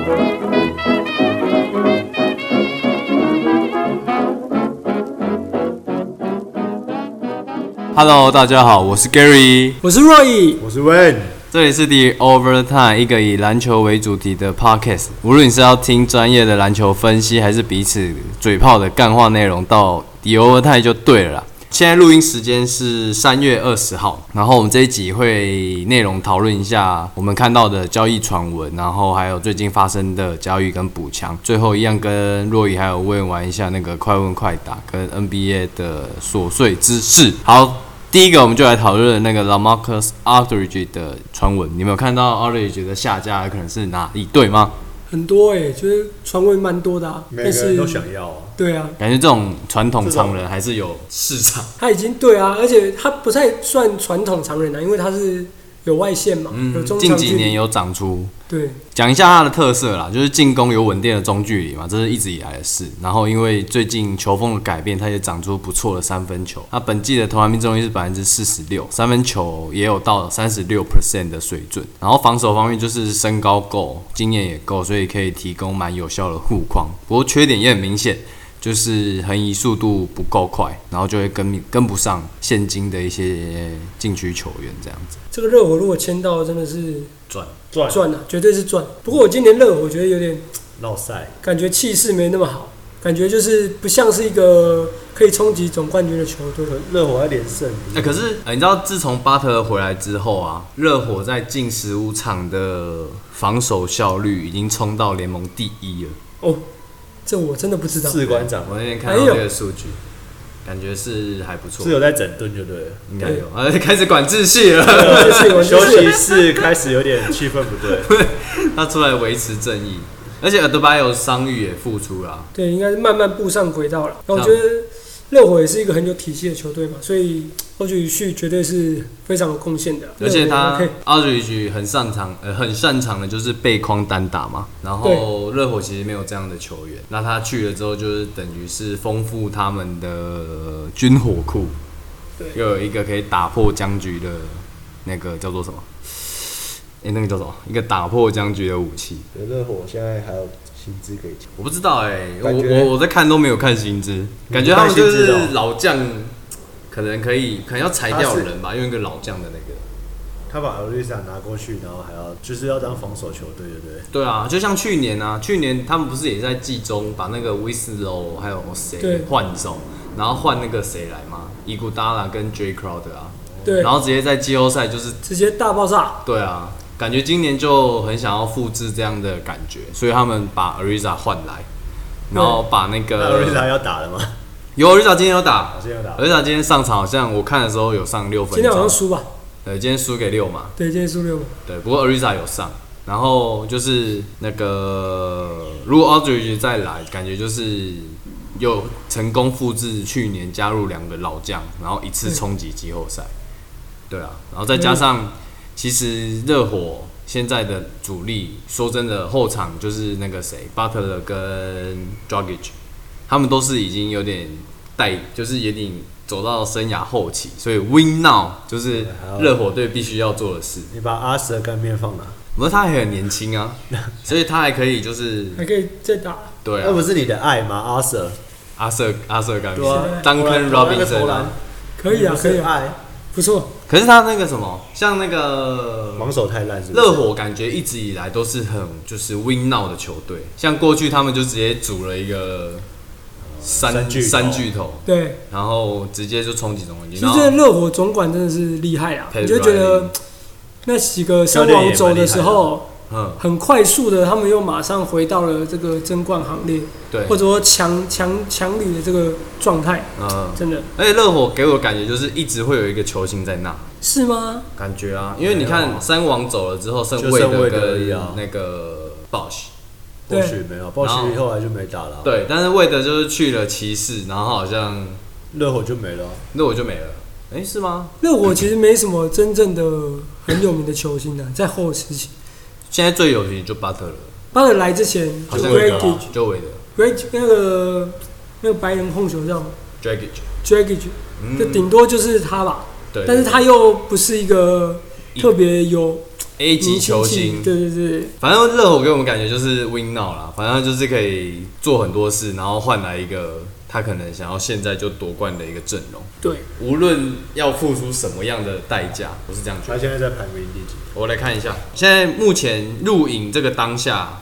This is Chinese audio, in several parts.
Hello， 大家好，我是 Gary， 我是 Roy， 我是 Wayne， 这里是 The Overtime， 一个以篮球为主题的 Podcast。无论你是要听专业的篮球分析，还是彼此嘴炮的干话内容，到 The Overtime 就对了啦。现在录音时间是3月20号，然后我们这一集会内容讨论一下我们看到的交易传闻，然后还有最近发生的交易跟补强，最后一样跟若仪还有问玩一下那个快问快答跟 NBA 的琐碎知识。好，第一个我们就来讨论那个 LaMarcus Aldridge 的传闻，你们有看到 Aldridge 的下家可能是哪一队吗？ 很多就是传闻蛮多的啊， 每个人都想要啊。 对啊， 感觉这种传统常人还是有市场。 他已经对啊，而且他不太算传统常人啊，因为他是有外线嘛，有中长距离， 近几年有长出。 对， 讲一下他的特色啦，就是进攻有稳定的中距离嘛，这是一直以来的事。然后因为最近球风的改变，他也长出不错的三分球。他本季的投篮命中率是46%，三分球也有到36% 的水准。然后防守方面就是身高够，经验也够，所以可以提供蛮有效的护框。不过缺点也很明显，就是横移速度不够快，然后就会跟不上现今的一些禁区球员这样子。 这个热火如果签到，真的是赚啊，绝对是赚。不过我今年热火我觉得有点闹赛， 感觉气势没那么好，感觉就是不像是一个可以冲击总冠军的球队。 热火还连胜。 可是你知道，自从巴特勒回来之后啊，热火在近15场的防守效率已经冲到联盟第1了。 哦，这我真的不知道。 士官长， 我那天看到这个数据，感觉是还不错。 是有在整顿就对了， 应该有，开始管秩序了。 休息室开始有点气氛不对， 他出来维持正义，而且Adebayo伤愈也复出了。 对，应该是慢慢步上轨道了。那我觉得热火也是一个很有体系的球队嘛，所以Aldridge绝对是非常有贡献的。 而且他 Aldridge 很擅长的就是背框单打嘛。然后热火其实没有这样的球员，那他去了之后，就是等于是丰富他们的军火库，又有一个可以打破僵局的那个叫做什么？那个叫什么？一个打破僵局的武器。 热火现在还有薪资可以抢， 我不知道我在看都没有看薪资，感觉他们就是老将，可能要裁掉人吧，用一个老将的那个。 他把奥利萨拿过去，然后还要就是要当防守球队，对不对？ 对啊，就像去年他们不是也在季中把那个 Winslow 还有谁换走，然后换那个谁来吗？伊古达拉跟 Jay Crowder 啊， 对， 然后直接在季后赛就是直接大爆炸。 对啊。感觉今年就很想要复制这样的感觉，所以他们把 Ariza 换来，然后把那个 Ariza 要打了吗？ 有 Ariza 今天有打，Ariza 今天上场好像我看的时候有上6分钟， 今天好像输吧？ 对，今天输给6嘛。 对，今天输6嘛。 对，不过 Ariza 有上，然后就是那个如果 Aldridge 再来，感觉就是有成功复制去年加入2个老将，然后一次冲击季后赛。对啊，然后再加上。其实热火现在的主力，说真的，后场就是那个谁 ，Butler 跟 Dragic， 他们都是已经有点就是有点走到生涯后期，所以 Win Now 就是热火队必须要做的事。 你把阿瑟干面放哪？ 不过他还很年轻啊，所以他还可以还可以再打。 对啊， 那不是你的爱吗？阿瑟干面 ，Duncan Robinson 啊， 可以啊，可以啊。不错， 可是他那个什么，像那个防守太烂，是不是？ 热火感觉一直以来都是很就是 win now 的球队，像过去他们就直接组了一个三巨头， 对， 然后直接就冲击总冠军。 其实这热火总管真的是厉害啊，你就觉得那几个伤亡走的时候。很快速的，他们又马上回到了这个争冠行列， 对， 或者说强旅的这个状态，真的。 而且热火给我的感觉就是一直会有一个球星在那， 是吗？ 感觉啊，因为你看三王走了之后，剩魏德跟那个 Bosh， 或许没有 ，Bosh 后来就没打了。 对，但是魏德就是去了骑士，然后好像热火就没了， 是吗？ 热火其实没什么真正的很有名的球星啊，在后时期。 现在最有名就巴特勒。 巴特勒来之前就 Dragic， 就韦德。 那个白人控球叫 Dragic， 就顶多就是他吧。 对。 但是他又不是一个特别有 A 级球星， 对对对， 反正热火给我们感觉就是 win now 啦，反正就是可以做很多事，然后换来一个他可能想要现在就夺冠的一个阵容。 对， 无论要付出什么样的代价，我是这样觉得。 他现在在排名第几？ 我来看一下，现在目前录音这个当下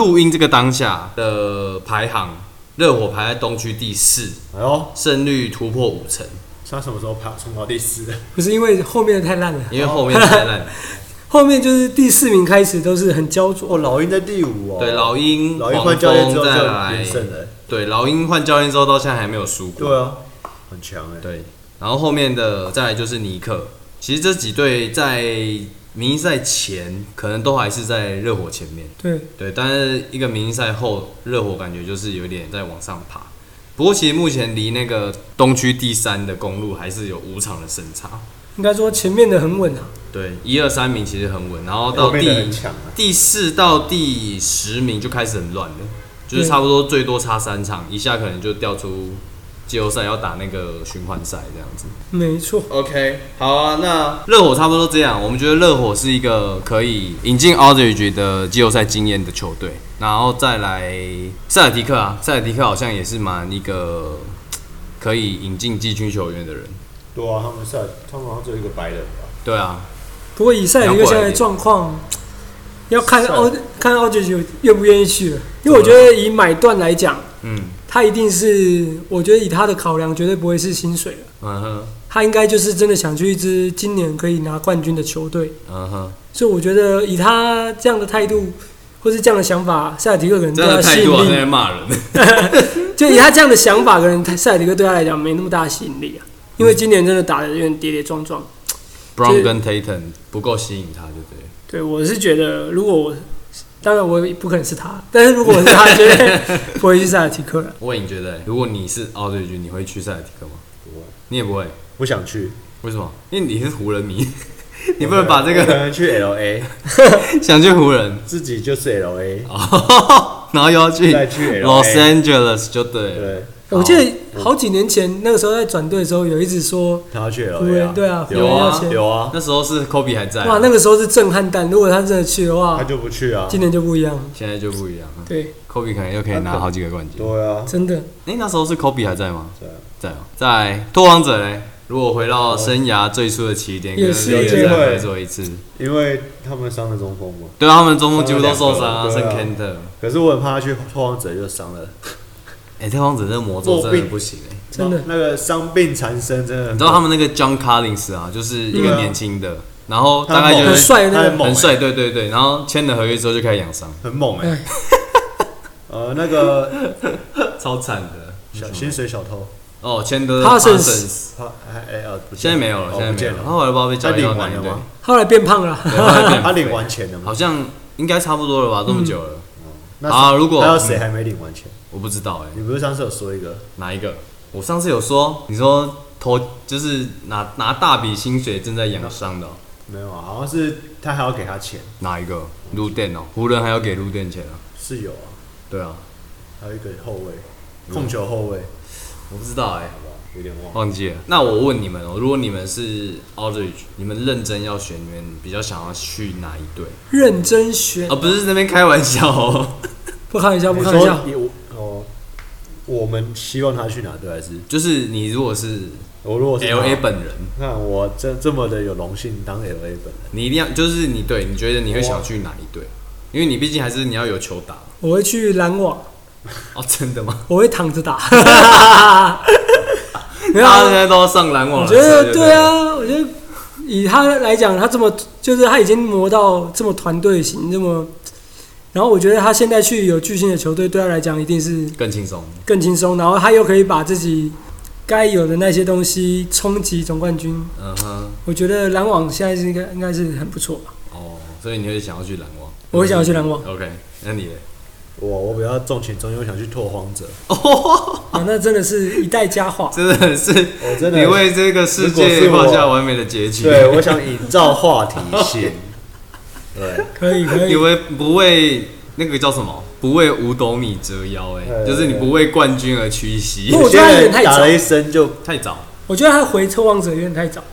的排行，热火排在东区第4， 哎呦， 胜率突破50%。 他什么时候冲到第4的？ 不是因为后面的太烂了， 因为后面太烂了。 后面就是第4名开始都是很焦灼。 老鹰在第5哦。 对，老鹰换教练之后就连胜了。对，老鹰换教练之后到现在还没有输过。 对啊，很强哎。 对，然后后面的再来就是尼克。其实这几队在明星赛前可能都还是在热火前面。对，但是一个明星赛后，热火感觉就是有点在往上爬。不过其实目前离那个东区第3的公路还是有5场的胜差。 应该说前面的很稳啊。 对，1、2、3名其实很稳，然后到第4到第10名就开始很乱了，就是差不多最多差3场，一下可能就掉出季后赛要打那个循环赛这样子。 没错。 OK， 好啊，那热火差不多这样，我们觉得热火是一个可以引进 Aldridge 的季后赛经验的球队，然后再来塞尔提克啊，塞尔提克好像也是蛮一个可以引进季军球员的人。 对啊，他们好像只有一个白人吧。 对啊。 不过以塞尔提克现在的状况，要看Aldridge愿不愿意去了，因为我觉得以买断来讲，他一定是，我觉得以他的考量，绝对不会是薪水了。他应该就是真的想去一支今年可以拿冠军的球队。所以我觉得以他这样的态度，或是这样的想法，塞尔提克可能对他吸引力。这样的态度好像在骂人。就以他这样的想法，可能塞尔提克对他来讲没那么大的吸引力啊，因为今年真的打得有点跌跌撞撞。 Brown 跟 Tatum 不够吸引他，对不对？ 对，我是觉得，如果当然我不可能是他，但是如果我是他，绝对不会去塞尔提克了。 我也觉得，如果你是Aldridge，你会去塞尔提克吗？不会，你也不会， 不想去。 为什么？因为你是湖人迷，你不能把这个可能去 LA， 想去湖人， 自己就是 LA， 然后又要去 Los Angeles 就对了。 对。 我记得好几年前那个时候在转队的时候，有一直说他要去 LA， 湖人，对啊， 有啊，那时候是 Kobe 还在。 哇，那个时候是震撼弹。如果他真的去的话， 他就不去啊。 今年就不一样， 现在就不一样。 对 ，Kobe 可能又可以拿好几个冠军。 对啊， 真的。 那时候是 Kobe 还在吗？ 在。 在拓荒者嘞，如果回到生涯最初的起点， 也是有机会再做一次。 因为他们伤了中锋嘛。 对，他们中锋几乎都受伤啊，剩 Kanter。 可是我很怕他去拓荒者就伤了。 拓荒者这个魔咒真的不行真的那个伤病缠身真的。 你知道他们那个 John Collins 啊，就是一个年轻的，然后大概就是很帅， 很帅，对，然后签了合约之后就开始养伤， 很猛那个超惨的， 薪水小偷。 哦，签的 Parsons， 现在没有了，现在没有了，他后来不知道被交易到哪里队， 后来变胖了， 他领完钱了吗？ 好像应该差不多了吧，这么久了。如果还有谁还没领完钱？ 我不知道你不是上次有说一个？ 哪一个？我上次有说，你说就是拿大笔薪水正在养伤的。 没有啊，好像是他还要给他钱。 哪一个？路电哦，湖人还要给路电钱啊？ 是有啊。 对啊。 还有一个后卫，控球后卫。 我不知道有点忘记了。那我问你们如果你们是 Aldridge， 你们认真要选，你们比较想要去哪一队？ 认真选不是那边开玩笑哦。 不开玩笑，不开玩笑。 我们希望他去哪队还是？ 就是你如果是 LA 本人， 那我这么的有荣幸当 LA 本人， 你一定要就是你觉得你会想去哪一队？因为你毕竟还是你要有球打。 我会去篮网。 真的吗？ 我会躺着打。 没有，他现在都要上篮网了。 我觉得对啊，我觉得以他来讲，他这么就是他已经磨到这么团队型，这么。然后我觉得他现在去有巨星的球队，对他来讲一定是更轻松，然后他又可以把自己该有的那些东西冲击总冠军。我觉得篮网现在应该是很不错。 所以你会想要去篮网？ 我会想要去篮网。 OK， 那你呢？ 我比较重情重义，我想去拓荒者。 那真的是一代佳话， 真的是，你为这个世界画下完美的结局。 对，我想营造话题性。对， 可以。 你不为那个叫什么？不为五斗米折腰，就是你不为冠军而屈膝。 我觉得他有点太早， 打了一声就太早。 我觉得他回拓荒者有点太早。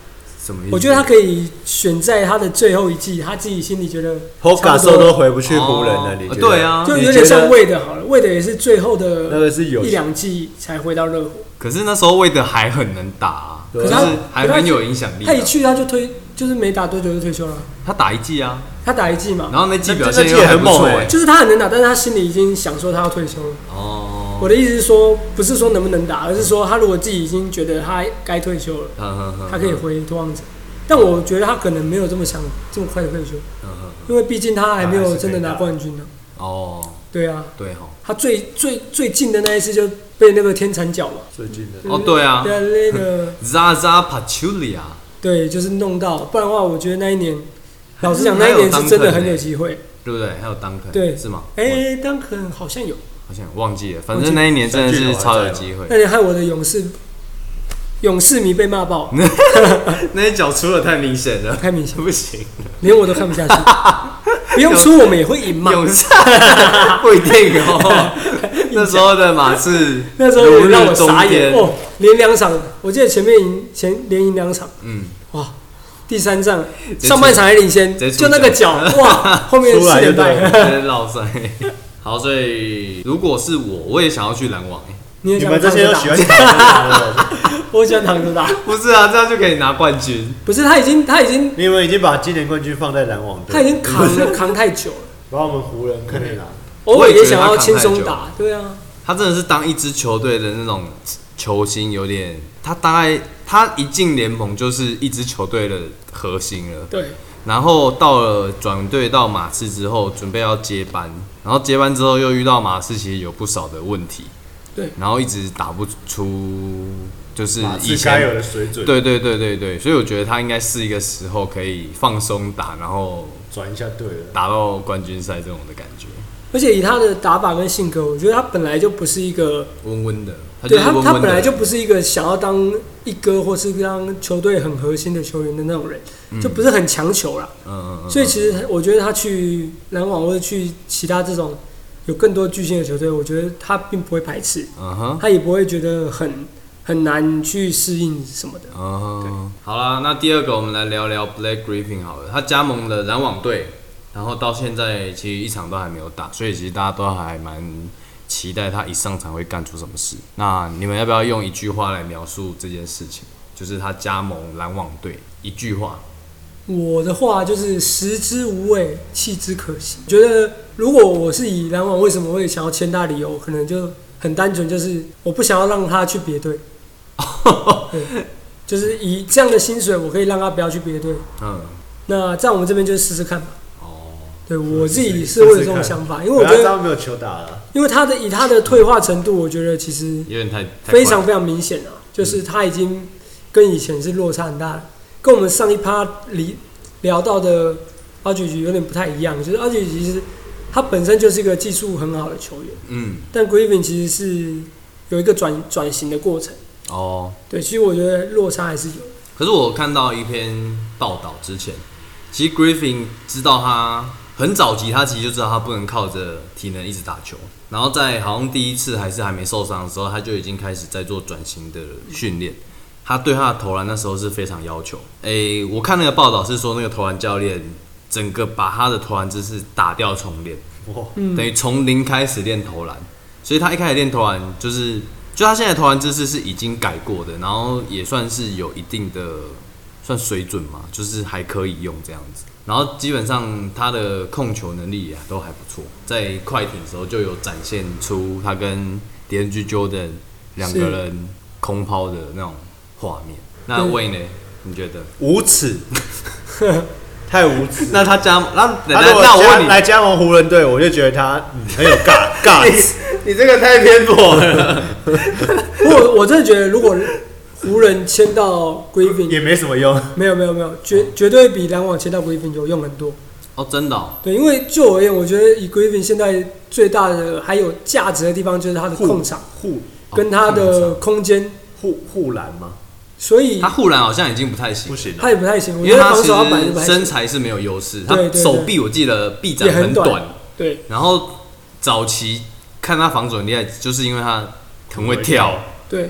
什么意思？ 我觉得他可以选在他的最后一季，他自己心里觉得 Hogaso 都回不去湖人了，你觉得？ 对啊， 就有点像魏德好了，魏德也是最后的那个是有 1-2季才回到热火。 可是那时候魏德还很能打啊， 可是就是还很有影响力。 他一去他就就是没打多久就退休了。 他打1季啊， 他打1季嘛， 然后那季表现又很不错就是他很能打，但是他心里已经想说他要退休了。哦，我的意思是说，不是说能不能打，而是说他如果自己已经觉得他该退休了，他可以回拓荒者。但我觉得他可能没有这么想这么快的退休，因为毕竟他还没有真的拿冠军呢。 哦， 对啊， 对哈， 他最近的那一次就被那个天蚕角嘛， 最近的哦，对啊， 对啊，那个 Zaza Pachulia， 对，就是弄到，不然的话，我觉得那一年，老实讲，那一年是真的很有机会， 对不对？还有Duncan， 对， 是吗 ？Duncan好像有， 好像忘记了，反正那一年真的是超有机会。 那年害我的勇士迷被骂爆， 那一脚出的太明显了， 太明显不行， 连我都看不下去。不用出，我们也会赢嘛。 勇士不一定哦。那时候的马刺， 那时候也让我傻眼哦，连2场，我记得前面连赢2场，哇，第3战上半场还领先，就那个脚，哇，后面4连败， 直接落赛。好，所以如果是我也想要去篮网。 你们这些都喜欢躺着打， 我喜欢躺着打。 不是啊，这样就可以拿冠军。 不是，他已经， 你们已经把今年冠军放在篮网队， 他已经扛太久了， 把我们湖人可以拿。 偶尔也想要轻松打，对啊。 他真的是当一支球队的那种球星，有点，他大概他一进联盟就是一支球队的核心了。 对。 然后到了转队到马刺之后，准备要接班，然后接班之后又遇到马刺其实有不少的问题。 对， 然后一直打不出，就是以前该有的水准。 对，所以我觉得他应该是一个时候可以放松打，然后转一下队了， 打到冠军赛这种的感觉。 而且以他的打法跟性格，我觉得他本来就不是一个温温的， 他本来就不是一个想要当一哥或是当球队很核心的球员的那种人，就不是很强求啦。所以其实我觉得他去篮网或者去其他这种有更多巨星的球队，我觉得他并不会排斥，他也不会觉得很难去适应什么的。 好啦，那第二个我们来聊聊 Blake Griffin 好了，他加盟了篮网队，然后到现在其实1场都还没有打，所以其实大家都还蛮期待他一上场会干出什么事。那你们要不要用一句话来描述这件事情？就是他加盟篮网队，一句话。 我的话就是食之無味，棄之可惜。觉得如果我是以篮网为什么会想要签他，理由可能就很单纯，就是我不想要让他去别队。对，就是以这样的薪水，我可以让他不要去别队。那在我们这边就试试看吧。对我自己是会有这种想法，因为我觉得他没有球打了， 因为以他的退化程度，我觉得其实有点太非常非常明显啊，就是他已经跟以前是落差很大的。跟我们上一趴聊到的阿举有点不太一样，就是阿举其实他本身就是一个技术很好的球员，但 Griffin 其实是有一个转型的过程。对，其实我觉得落差还是有。 可是我看到一篇报道之前，其实 Griffin 知道他很早期，他其实就知道他不能靠着体能一直打球，然后在好像第一次还是还没受伤的时候，他就已经开始在做转型的训练。他对他的投篮那时候是非常要求。我看那个报道是说，那个投篮教练整个把他的投篮姿势打掉重练，等于从零开始练投篮。所以他一开始练投篮就他现在投篮姿势是已经改过的，然后也算是有一定的算水准嘛，就是还可以用这样子。然后基本上他的控球能力也都还不错，在快艇的时候就有展现出他跟 DNG Jordan 2个人空抛的那种画面。那Wayne呢？你觉得？ 无耻，太无耻。 那他加，那我问你，来加盟湖人队，我就觉得他很有guts。 你这个太偏颇了。 我真的觉得，如果湖人签到 Griffin 也没什么用。 没有，绝对比篮网签到 Griffin 有用很多。 真的。 对，因为就我而言，我觉得以 Griffin 现在最大的还有价值的地方，就是他的控场跟他的空间护篮吗？ 所以他护篮好像已经不太行， 不行， 他也不太行， 因为他其实身材是没有优势，他手臂我记得臂展很短， 对。 然后早期看他防守很厉害，就是因为他很会跳， 对，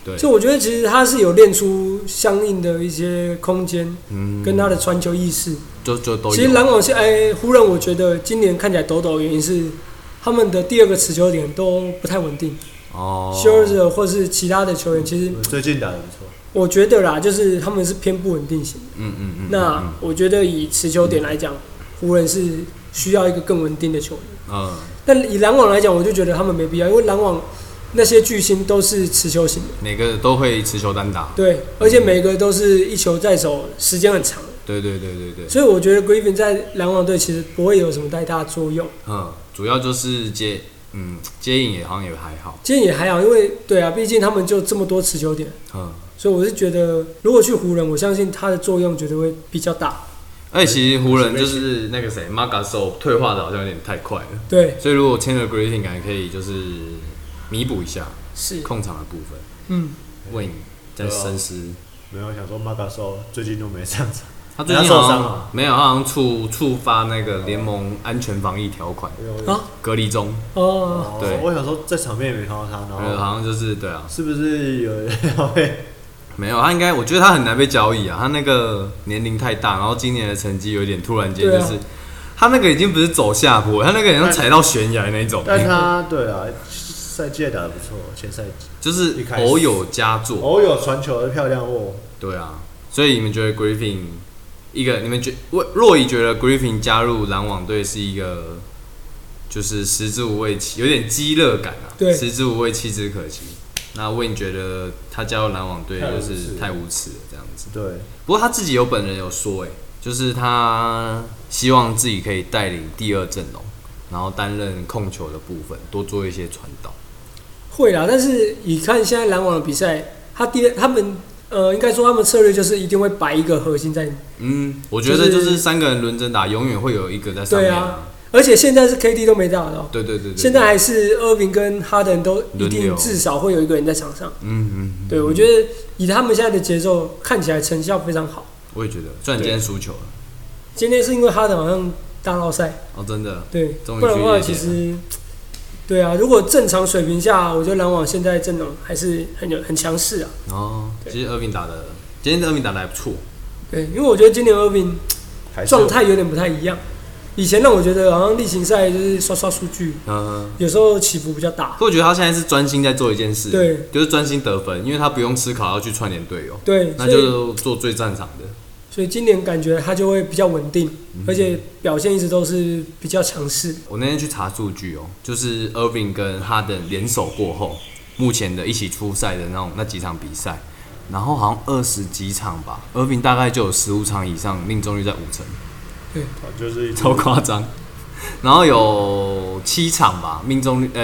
对， 所以我觉得其实他是有练出相应的一些空间，跟他的传球意识， 就都有。 其实篮网湖人，我觉得今年看起来抖抖的原因是他们的第二个持球点都不太稳定。Scherzer 或是其他的球员，其实最近打得不错。 我觉得啦，就是他们是偏不稳定型的。那我觉得以持球点来讲，湖人是需要一个更稳定的球员。但以篮网来讲，我就觉得他们没必要，因为篮网那些巨星都是持球型的， 每个都会持球单打。 对，而且每个都是一球在手，时间很长。 对。 所以我觉得 Griffin 在篮网队其实不会有什么太大的作用。 主要就是接应也好像也还好。 接应也还好，因为对啊，毕竟他们就这么多持球点。所以我是觉得，如果去湖人，我相信他的作用绝对会比较大。 而且其实湖人就是那个谁 ，Margasol 退化的好像有点太快了。 对。 所以如果签了 Griffin， 感觉可以就是弥补一下控场的部分。Wayne 在深思。 没有想说 Margasol 最近都没上场。 他最近受伤了，没有，他好像触发那个联盟安全防疫条款，隔离中。对， 我想说在场面也没看到他，然后好像就是对啊， 是不是有人要被？ 没有，他应该，我觉得他很难被交易啊，他那个年龄太大，然后今年的成绩有点突然间就是，他那个已经不是走下坡，他那个好像踩到悬崖那种。 但他对啊，赛季打得不错，前赛季就是偶有佳作， 偶有传球的漂亮哦。 对啊，所以你们觉得 Griffin？你们若仪觉得 Griffin 加入篮网队是一个，就是食之无味，有点饥饿感啊，食之无味，弃之可惜。那Wayne觉得他加入篮网队就是太无耻了，这样子。 对。 不过他自己本人有说，就是他希望自己可以带领第二阵容，然后担任控球的部分，多做一些传导。 会啦，但是你看现在篮网的比赛，他们。应该说他们策略就是一定会摆一个核心在。 我觉得就是3个人轮着打，永远会有一个在上面。 对啊，而且现在是 KD 都没打的。 对。 现在还是Irving跟哈登都一定至少会有一个人在场上。对，我觉得以他们现在的节奏，看起来成效非常好。 我也觉得，虽然今天输球了。 今天是因为哈登好像大闹赛。 真的。 对，不然的话其实。对啊，如果正常水平下，我觉得篮网现在阵容还是很强势啊。 其实Irving今天Irving打得还不错。 对，因为我觉得今年Irving状态有点不太一样。以前让我觉得好像例行赛就是刷数据，有时候起伏比较大。 我觉得他现在是专心在做一件事， 对， 就是专心得分，因为他不用思考要去串联队友， 对， 那就做最擅长的。 所以今年感觉他就会比较稳定，而且表现一直都是比较强势。 我那天去查数据就是 Irving 跟哈登联手过后，目前的一起出赛的那几场比赛，然后好像20几场吧 ，Irving 大概就有15场以上命中率在50%， 对， 就是超夸张。然后有7场吧，命中率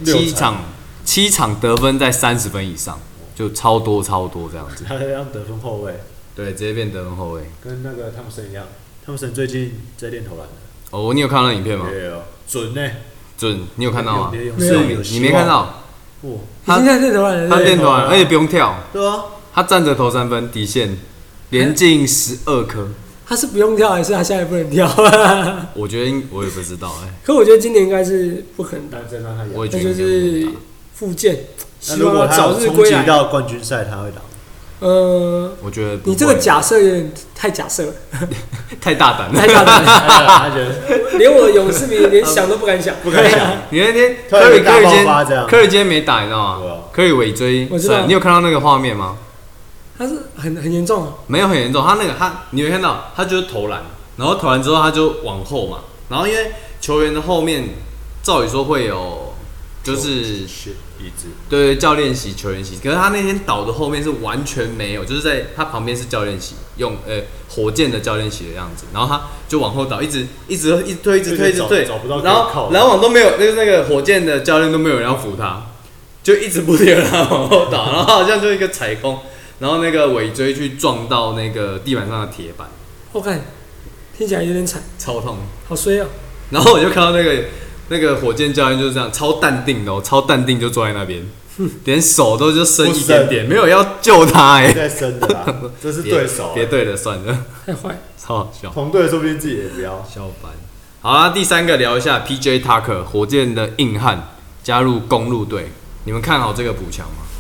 7场得分在30分以上，就超多这样子。 他让得分后卫。 对，直接变得分后卫， 跟那个汤普森一样。汤普森最近在练投篮的。 你有看到那影片吗？ 有，准呢。 准，你有看到吗？ 没有， 你没看到。 他现在练投篮， 他练投篮，而且不用跳。 对啊。 他站着投3分，底线连进12颗。 他是不用跳，还是他现在不能跳？ 我觉得我也不知道可我觉得今年应该是不可能打， 我也觉得就是复健。 那如果他有冲击到冠军赛，他会打。 我觉得你这个假设有点太假设了， 太大胆了， 他觉得连我勇士迷连想都不敢想， 不敢想。 你那天科里今天没打，你知道吗？科里尾追， 我知道。 你有看到那个画面吗？ 他是很严重啊， 没有很严重，你有看到他就是投篮，然后投篮之后他就往后嘛，然后因为球员的后面照理说会有就是椅子， 对，教练席、球员席，可是他那天倒的后面是完全没有，就是在他旁边是教练席，用火箭的教练席的样子，然后他就往后倒，一直推， 找不到， 然后篮网都没有，那个火箭的教练都没有人要扶他，就一直不停让他往后倒，然后好像就一个踩空，然后那个尾椎去撞到那个地板上的铁板， 我看听起来有点惨， 超痛， 好衰啊！ 然后我就看到那个火箭教练就是这样超淡定的超淡定就坐在那边，连手都就伸一点点，没有要救他在伸的啦，这是对手， 别对了算了， 太坏， 超好笑， 同队说不定自己也不要笑翻。好啦，第3个聊一下 PJ Tucker 火箭的硬汉加入公鹿队，你们看好这个补强吗？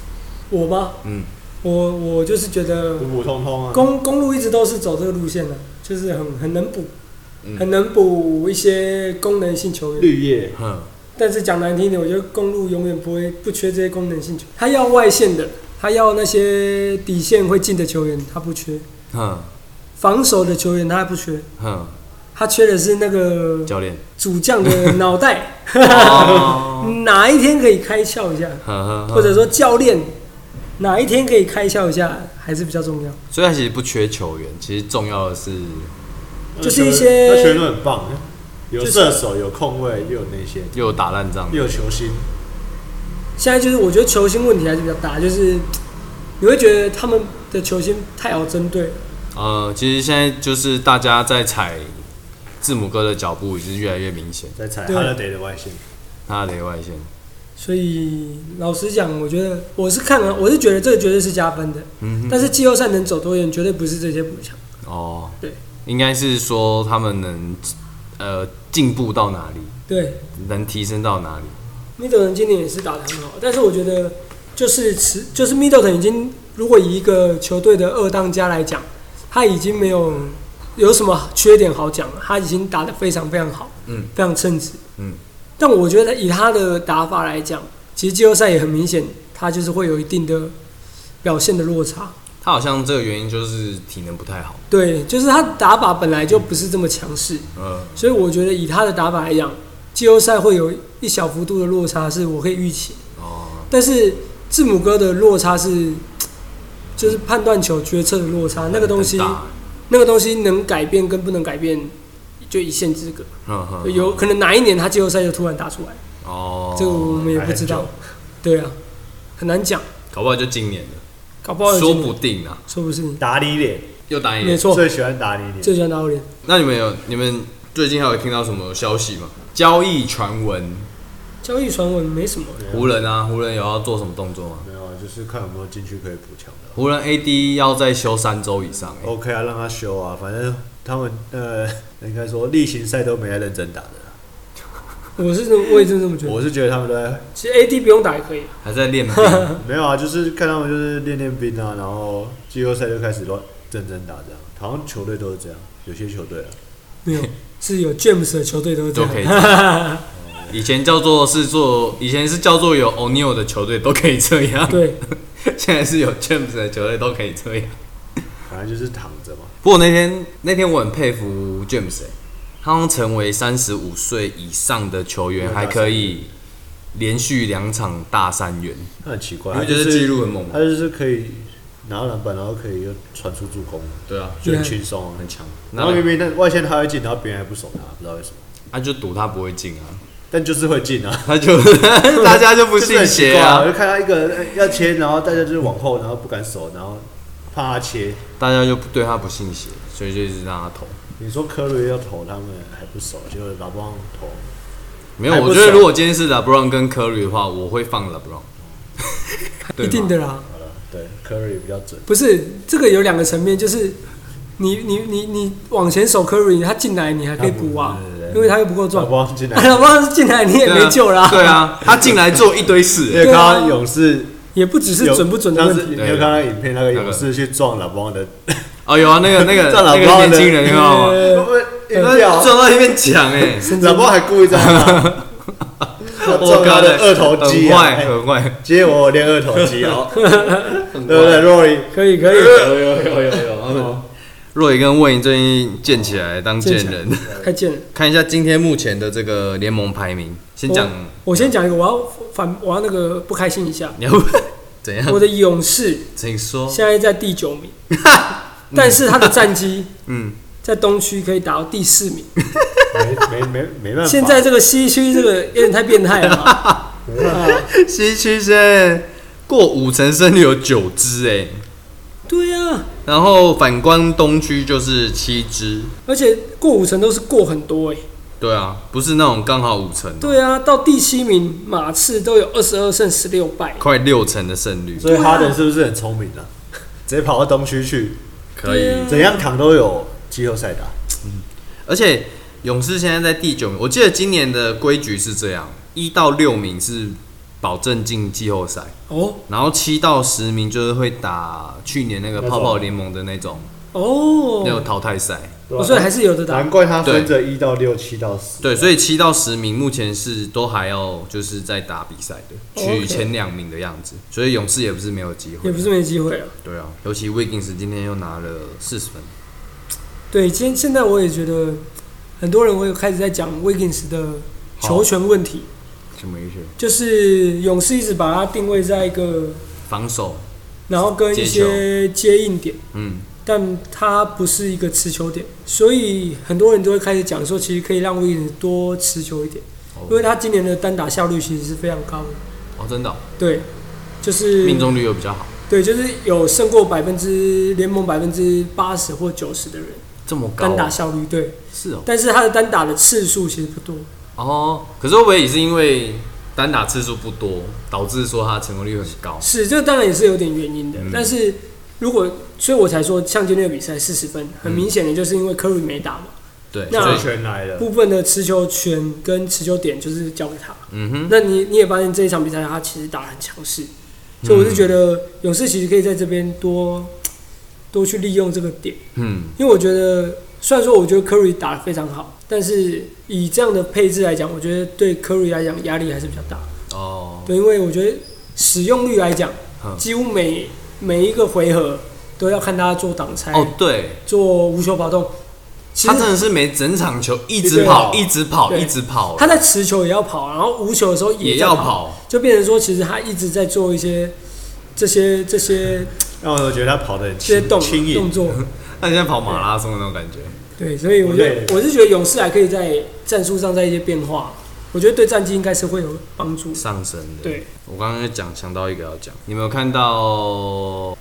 我吗？我就是觉得普普通通啊。 公路一直都是走这个路线的，就是很能补，很能补一些功能性球员。 绿叶， 但是讲难听一点，我觉得公路永远不缺这些功能性球员。他要外线的，他要那些底线会进的球员，他不缺。防守的球员他还不缺。他缺的是那个教练主将的脑袋，哪一天可以开窍一下，或者说教练哪一天可以开窍一下，还是比较重要。 所以他其实不缺球员，其实重要的是就是一些他球员都很棒，有射手，有控卫，又有内线， 又有打烂仗， 又有球星。 现在就是我觉得球星问题还是比较大，就是你会觉得他们的球星太好针对了。 其实现在就是大家在踩字母哥的脚步，已经越来越明显， 在踩哈勒德的外线， 所以老实讲，我觉得我是觉得这个绝对是加分的。但是季后赛能走多远，绝对不是这些补强。对， 应该是说他们能进步到哪里， 对， 能提升到哪里。 Middleton 今年也是打得很好，但是我觉得就是 Middleton 已经，如果以一个球队的二当家来讲，他已经没有什么缺点好讲了，他已经打得非常非常好，非常称职。但我觉得以他的打法来讲，其实季后赛也很明显，他就是会有一定的表现的落差。 他好像这个原因就是体能不太好。 对，就是他打法本来就不是这么强势。所以我觉得以他的打法来讲，季后赛会有一小幅度的落差，是我可以预期。但是字母哥的落差就是判断球决策的落差，那个东西能改变跟不能改变，就一线之隔。有可能哪一年他季后赛就突然打出来，这个我们也不知道。对啊，很难讲， 搞不好就今年了， 搞不好说不定啊， 说不定打你脸， 又打你脸， 没错， 最喜欢打你脸， 最喜欢打我脸。 那你们最近还有听到什么消息吗？交易传闻没什么。 湖人有要做什么动作吗？ 没有，就是看有没有禁区可以补强的。 湖人 AD 要再休3周以上。 OK 啊，让他休啊，反正他们应该说例行赛都没在认真打的。 我也真这么觉得。 我是觉得他们都在， 其实 AD 不用打也可以， 还在练兵。 没有啊，就是看他们就是练兵啊，然后季后赛就开始认真打这样。好像球队都是这样，有些球队啊， 没有是有 James 的球队都是这样。 都可以这样。以前是叫做有 O'Neal 的球队都可以这样。 对， 现在是有 James 的球队都可以这样。 反正就是躺着嘛。 不过那天我很佩服 James，他能成为35岁以上的球员，还可以连续2场大3元。 他很奇怪， 他就是记录很猛， 他就是可以拿到篮板，然后可以又传出助攻。 对啊， 就很轻松， 很强。 然后明明那外线他会进，然后别人还不守他，不知道为什么。 他就赌他不会进啊。 但就是会进啊， 大家就不信邪啊。 我就看到一个要切，然后大家就是往后，然后不敢守，然后怕他切， 大家就对他不信邪，所以就一直让他投。 你说科瑞要投，他们还不守，结果老布朗投。 没有，我觉得如果今天是拉布朗跟科瑞的话，我会放拉布朗。 一定的啦。 好了，对，科瑞比较准。 不是，这个有2个层面，就是你往前守科瑞，他进来你还可以补啊。因为他又不够壮， 老布进来你也没救啦。 对啊，他进来做一堆事。 因为看到勇士也不只是准不准的问题。 你有看到影片，那个勇士去撞老布的？ 哦，有啊，那个年轻人，你看到吗？撞到一边墙哎， 老布还故意这样。撞他的二头肌， 很坏。 接我练二头肌哦，对不对 ，Roy？ 可以。 有。Roy 跟Wayne最近建起来当贱人， 太贱了。 看一下今天目前的这个联盟排名， 我先讲一个，我要那个不开心一下。 你要怎样？ 我的勇士， 请说。 现在在第9名，但是他的战绩，在东区可以打到第4名。 没办法。 现在这个西区这个有点太变态了嘛。 西区现在过50%胜率有9支哎。 对啊， 然后反观东区就是7支， 而且过50%都是过很多哎。 对啊，不是那种刚好50%。 对啊，到第7名马刺都有22胜16败， 快60%的胜率。 所以哈登是不是很聪明啊？直接跑到东区去， 可以怎样扛都有季后赛打。 而且勇士现在在第9名，我记得今年的规矩是这样：1到6名是保证进季后赛。 哦， 然后7到10名就是会打去年那个泡泡联盟的那种那种淘汰赛。 所以还是有的打。 难怪他分着1到6、7到10。 对，所以7到10名目前是都还要就是在打比赛的，取前2名的样子。所以勇士也不是没有机会， 也不是没机会啊。 对啊，尤其 Wiggins 今天又拿了40分。 对，现在我也觉得很多人会开始在讲 Wiggins 的球权问题。 什么意思？ 就是勇士一直把它定位在一个防守， 然后跟一些接应点，但它不是一个持球点，所以很多人都会开始讲说，其实可以让 Wiggins 多持球一点，因为他今年的单打效率其实是非常高的。 哦，真的、哦？ 对，就是命中率又比较好。 对，就是有胜过联盟80%或90%的人， 这么高、 单打效率对， 是哦。 但是他的单打的次数其实不多。 哦，可是会不会也是因为单打次数不多，导致说他成功率很高？ 是，这当然也是有点原因的。但是所以我才说，像今天的比赛40分，很明显的就是因为 Curry 没打嘛。 对， 那权来了， 部分的持球权跟持球点就是交给他。那你也发现这一场比赛他其实打得很强势，所以我是觉得勇士其实可以在这边多去利用这个点。因为我觉得虽然说我觉得 Curry 打得非常好，但是以这样的配置来讲，我觉得对 Curry 来讲压力还是比较大。哦，对，因为我觉得使用率来讲，几乎每一个回合都要看他做挡拆。哦， 对， 做无球跑动。 他真的是每整场球一直跑，一直跑，一直跑。 他在持球也要跑，然后无球的时候也要跑，就变成说，其实他一直在做一些这些。 让我觉得他跑得很轻盈动作。 他现在跑马拉松的那种感觉。 对，所以我是觉得勇士还可以在战术上在一些变化，我觉得对战绩应该是会有帮助上升的。 对， 我刚刚想到一个要讲，你们有看到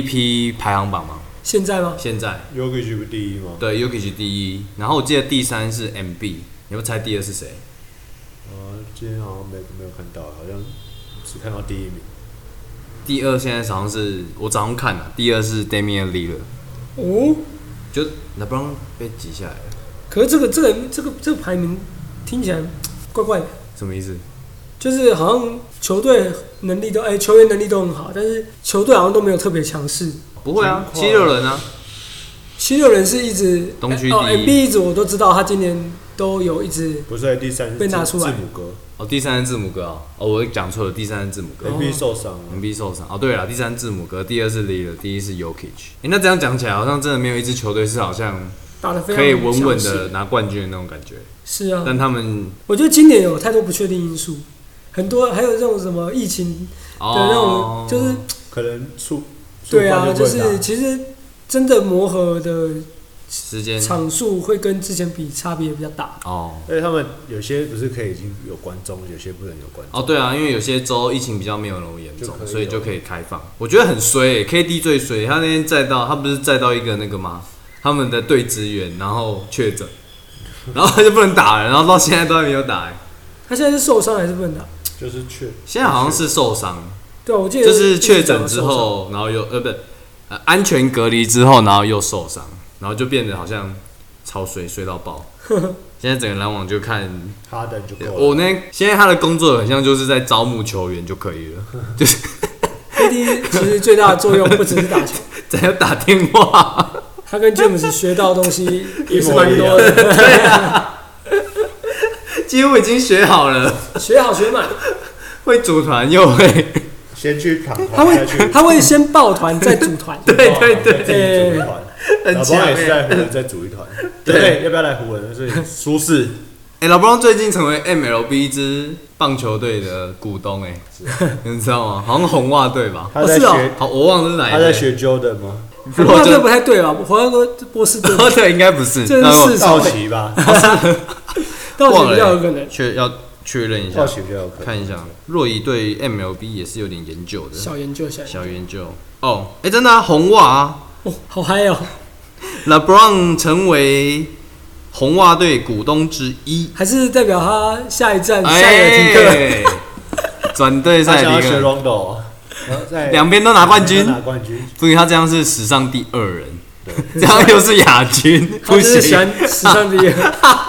MVP 排行榜吗？ 现在吗？ 现在 Jokic 第一吗？ 对 ，Jokic 第一，然后我记得第3是 MB， 你们猜第2是谁？ 今天好像没有看到，好像只看到第1名。 第2现在好像是我早上看了，第2是 Damian Lillard。哦，就 LeBron 被挤下来了。 可是这个排名听起来怪怪的。 什么意思？ 就是好像球队能力球员能力都很好，但是球队好像都没有特别强势。 不会啊，76人啊 ，76人是一直东区第一。 MB 一直我都知道，他今年都有一直不是第3 被拿出来。 字母哥哦，第3是字母哥哦，我讲错了，第3是字母哥。 MB 受伤 ，MB 受伤哦，对了，第3字母哥，第2是 Lillard，第1是 Jokic。那这样讲起来，好像真的没有一支球队是好像打得非常可以稳稳的拿冠军的那种感觉。 是啊， 但他们我觉得今年有太多不确定因素，很多还有这种什么疫情的那种，就是可能对啊，就是其实真的磨合的时间场数会跟之前比差别比较大哦。而且他们有些不是可以已经有观众，有些不能有观众。 哦，对啊，因为有些州疫情比较没有那么严重，所以就可以开放。我觉得很衰，KD 最衰，他那天他不是载到一个那个吗？他们的队职员然后确诊，然后他就不能打了，然后到现在都还没有打。 他现在是受伤还是不能打？ 就是现在好像是受伤。 对，我记得就是确诊之后，然后又安全隔离之后，然后又受伤，然后就变得好像超衰到爆。现在整个篮网就看哈登就够了。 现在他的工作很像就是在招募球员就可以了，就是 KD 其实最大的作用不只是打球， 还要打电话。 他跟 James 学到的东西也是蛮多的， 对啊，几乎已经学好了， 学好学满， 会组团又会先去躺， 他会先抱团再组团， 对， 老布朗也是在湖人再组一团，对，要不要来湖人？所以舒适。 老布朗最近成为 MLB 一支棒球队的股东，你知道吗？好像红袜队吧？ 他在学， 我忘了是哪一队。 他在学 Jordan 吗？ 红袜队不太对吧？红袜队波士顿， 对，应该不是， 这是市道奇吧？ 道奇比较有可能， 要确认一下， 道奇比较有可能。 看一下，若仪对 MLB 也是有点研究的， 小研究。 哦，真的啊，红袜啊， 好嗨哦 ！LeBron 成为红袜队股东之一， 还是代表他下一站塞尔提克转队塞尔提克， 两边都拿冠军，所以他这样是史上第2人，这样又是亚军， 不行，史上第2。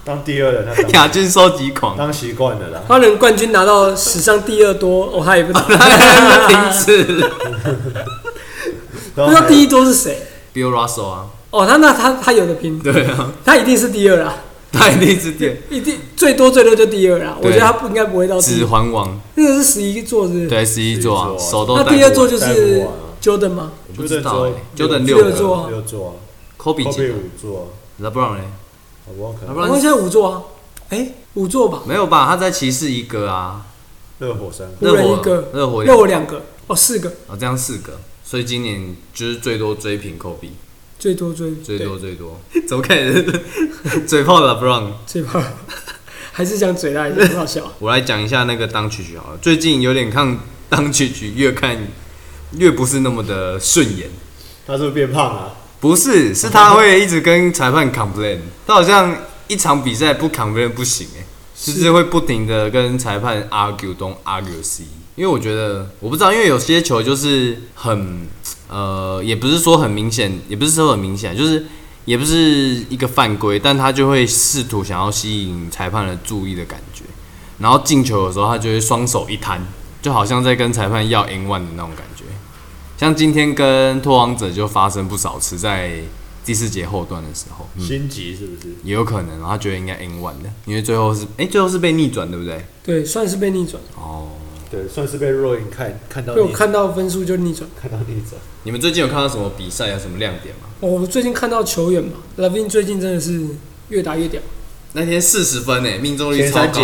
当第二人，他当亚军收集狂， 当习惯了啦。 他能冠军拿到史上第2多，他也不知道。 停止了。 不知道第1多是谁 ？Bill Russell 啊。 他有的拼。 对啊， 他一定是第2啦。 他一定是一定最多就第2啦。我觉得他应该不会到。 指环王。 那个是11座是不是？ 对，11座啊，手都。 那第2座就是 Jordan 吗？ 我不知道，Jordan 6座 ，6座啊。 Kobe 5座。 LeBron 嘞 ？LeBron 现在5座啊。5座吧？ 没有吧？他在骑士1个啊。 热火3 个。湖人1个。 热火 2个。4个。 这样4个。所以今年就是最多追平 Kobe。最多，怎么开始嘴炮的 LeBron？ 嘴炮，还是想嘴他，很好笑。 我来讲一下那个当曲好了。最近有点看当曲，越看越不是那么的顺眼。 他是不是变胖了？ 不是，是他会一直跟裁判 complain。他好像一场比赛不 complain 不行就是会不停的跟裁判 argue 东 argue西。因为我觉得我不知道，因为有些球就是很也不是说很明显，就是也不是一个犯规，但他就会试图想要吸引裁判的注意的感觉。然后进球的时候，他就会双手一摊，就好像在跟裁判要 N1 的那种感觉。像今天跟拓荒者就发生不少次，在第4节后段的时候， 心急是不是？ 也有可能，然后他觉得应该 N1 的，因为最后是被逆转，对不对？ 对，算是被逆转。 对，算是被若隐看到。 被我看到分数就逆转。 看到逆转。 你们最近有看到什么比赛有什么亮点吗？ 我最近看到球员嘛 ，Lavin 最近真的是越打越屌。 那天40分命中率超高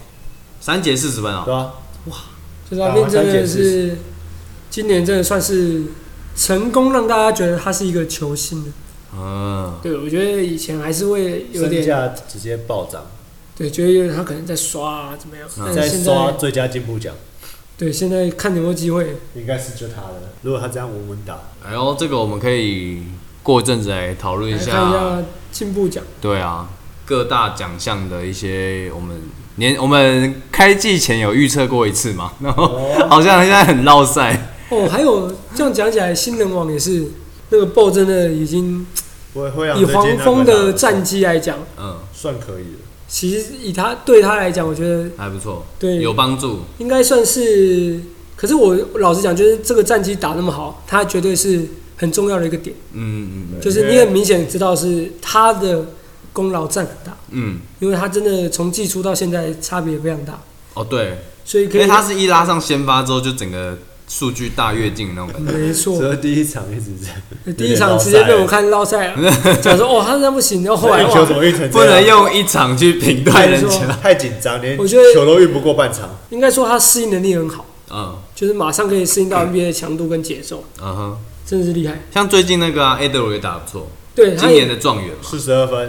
，3节40分啊！ 对啊， 哇，这 Lavin 真的是今年真的算是成功让大家觉得他是一个球星的。对，我觉得以前还是会有点身价直接暴涨。 对，觉得他可能在刷怎么样？ 在刷最佳进步奖。 对，现在看有没有机会， 应该是就他了。如果他这样稳稳打， 这个我们可以过一阵子来讨论一下， 看一下进步奖。 对啊，各大奖项的一些我们开季前有预测过一次嘛，然后好像现在很落赛。 还有这样讲起来，新人王也是那个 BO 真的已经以黄蜂的战绩来讲， 算可以了。 其实对他来讲，我觉得还不错， 对， 有帮助， 应该算是。可是我老实讲，就是这个战绩打那么好，他绝对是很重要的一个点。就是你很明显知道是他的功劳占很大。因为他真的从季初到现在差别非常大。 对， 所以因为他是一拉上先发之后，就整个数据大跃进那种感觉。 没错。 所以第一场一直这样。 第一场直接被我看落赛了，讲说他这样不行，然后后来不能用一场去评断人家， 太紧张，连我觉得球都运不过半场。 应该说他适应能力很好，就是马上可以适应到 NBA 的强度跟节奏，真的是厉害。 像最近那个Adler 也打不错， 对， 今年的状元嘛 ，42分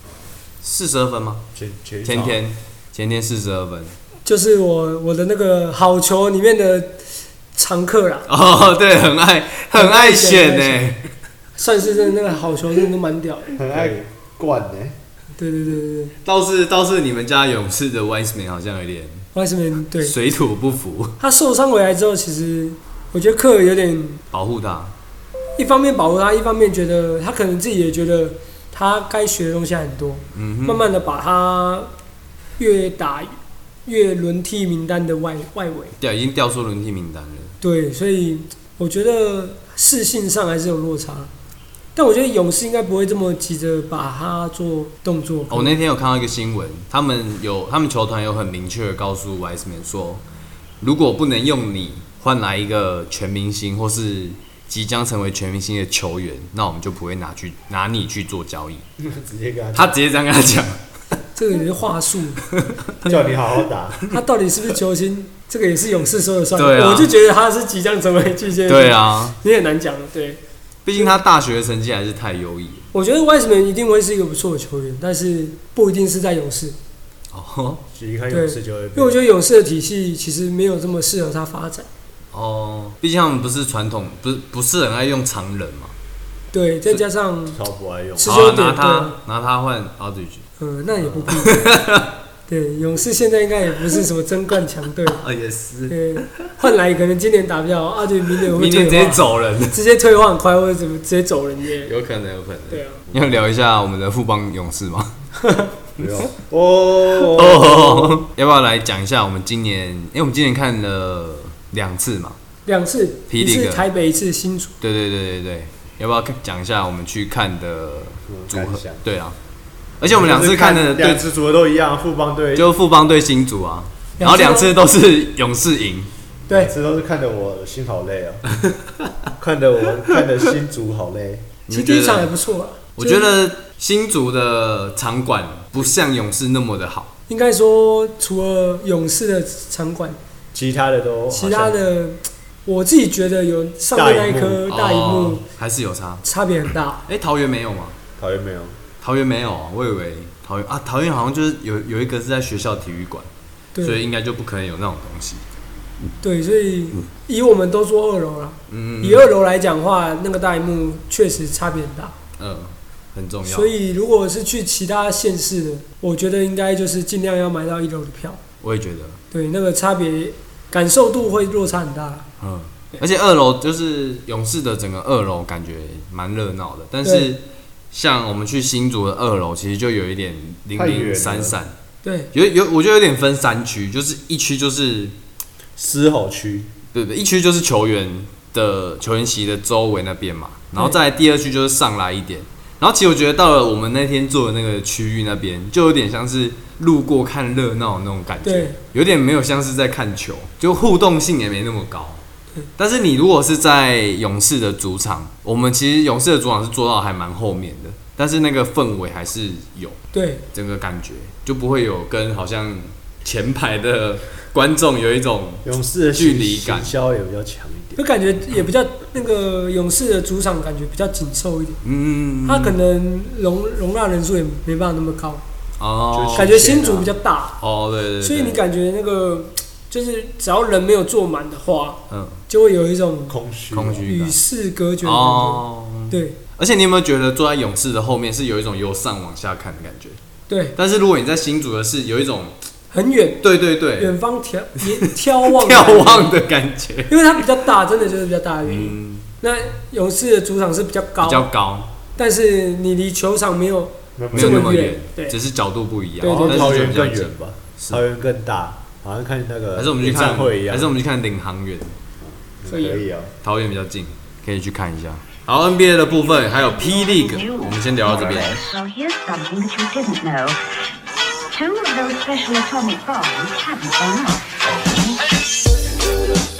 ，42分吗？前天42分， 就是我的那个好球里面的常客啦。 对，很爱选呢， 算是真的那个好球真的都蛮屌的， 很爱灌呢。 对。 倒是你们家勇士的 Wiseman 好像有点 Wiseman 对水土不服。 他受伤回来之后，其实我觉得克尔有点保护他， 一方面保护他，一方面觉得他可能自己也觉得他该学的东西很多，慢慢的把他越打越轮替名单的外围， 对，已经调出轮替名单了。 对，所以我觉得适性上还是有落差。但我觉得勇士应该不会这么急着把他做动作。 我那天有看到一个新闻，他们球团有很明确的告诉 Wiseman 说，如果不能用你换来一个全明星或是即将成为全明星的球员，那我们就不会拿你去做交易。他直接这样跟他讲， 这个也是话术， 叫你好好打。 他到底是不是球星？这个也是勇士说了算。 对啊， 我就觉得他是即将成为巨星。 对啊， 你很难讲。对。 毕竟他大学的成绩还是太优异。 我觉得 Wiseman 一定会是一个不错的球员，但是不一定是在勇士。 离开勇士就会。 因为我觉得勇士的体系其实没有这么适合他发展。 毕竟他们不是传统，不是很爱用常人嘛。 对，再加上超不爱用。 拿他换 Aldridge。 那也不必。对，勇士现在应该也不是什么争冠强队。 也是。 对，换来可能今年打不了，对，明年会直接走人， 直接退化很快，或者怎么直接走人耶。 有可能。 对啊。 要聊一下我们的富邦勇士吗？ 哦，要不要来讲一下我们今年？我们今年看了2次嘛 ，2次，一次台北，一次新竹。 对，要不要讲一下我们去看的组合？对啊，而且我们2次看的 2次组合都一样，富邦队就富邦队新竹啊，然后2次都是勇士赢。 对， 这都是看得我心好累啊，看得新竹好累。 其实第一场也不错啊。 我觉得新竹的场馆不像勇士那么的好。 应该说，除了勇士的场馆， 其他的我自己觉得有上面那一颗大萤幕还是有差别很大。 桃园没有吗？ 桃园没有， 我以为桃园好像就是有一个是在学校体育馆，所以应该就不可能有那种东西。 对，所以以我们都说2楼啦，以2楼来讲的话，那个大萤幕确实差别很大， 很重要。 所以如果是去其他县市的，我觉得应该就是尽量要买到1楼的票。 我也觉得， 对，那个差别感受度会落差很大。 而且2楼就是勇士的整个2楼感觉蛮热闹的，但是像我们去新竹的2楼，其实就有一点零零散散。 对， 我觉得有点分3区，就是一区就是嘶吼区， 对，一区就是球员席的周围那边嘛，然后再来第2区就是上来一点，然后其实我觉得到了我们那天坐的那个区域那边，就有点像是路过看热闹的那种感觉，有点没有像是在看球，就互动性也没那么高。但是你如果是在勇士的主场，我们其实勇士的主场是坐到还蛮后面的，但是那个氛围还是有， 对， 整个感觉就不会有跟好像前排的观众有一种勇士的距离感， 行销也比较强一点， 就感觉也比较那个勇士的主场感觉比较紧凑一点，他可能容纳人数也没办法那么高，感觉新竹比较大， 对， 所以你感觉那个就是只要人没有坐满的话，就会有一种空虚与世隔绝的感觉，对。 而且你有没有觉得坐在勇士的后面是有一种由上往下看的感觉？ 对。 但是如果你在新竹的是有一种很远， 对， 远方眺望的感觉， 因为它比较大，真的就是比较大的原因。那勇士的主场是比较高，但是你离球场没有这么远，对， 只是角度不一样。 对，桃园更远吧？桃园更大，好像看那个还是我们去看会一样， 还是我们去看领航员， 可以啊， 桃园比较近，可以去看一下。好 ，NBA 的部分还有 P League， 我们先聊到这边。 Two of those special atomic bombs haven't gone off.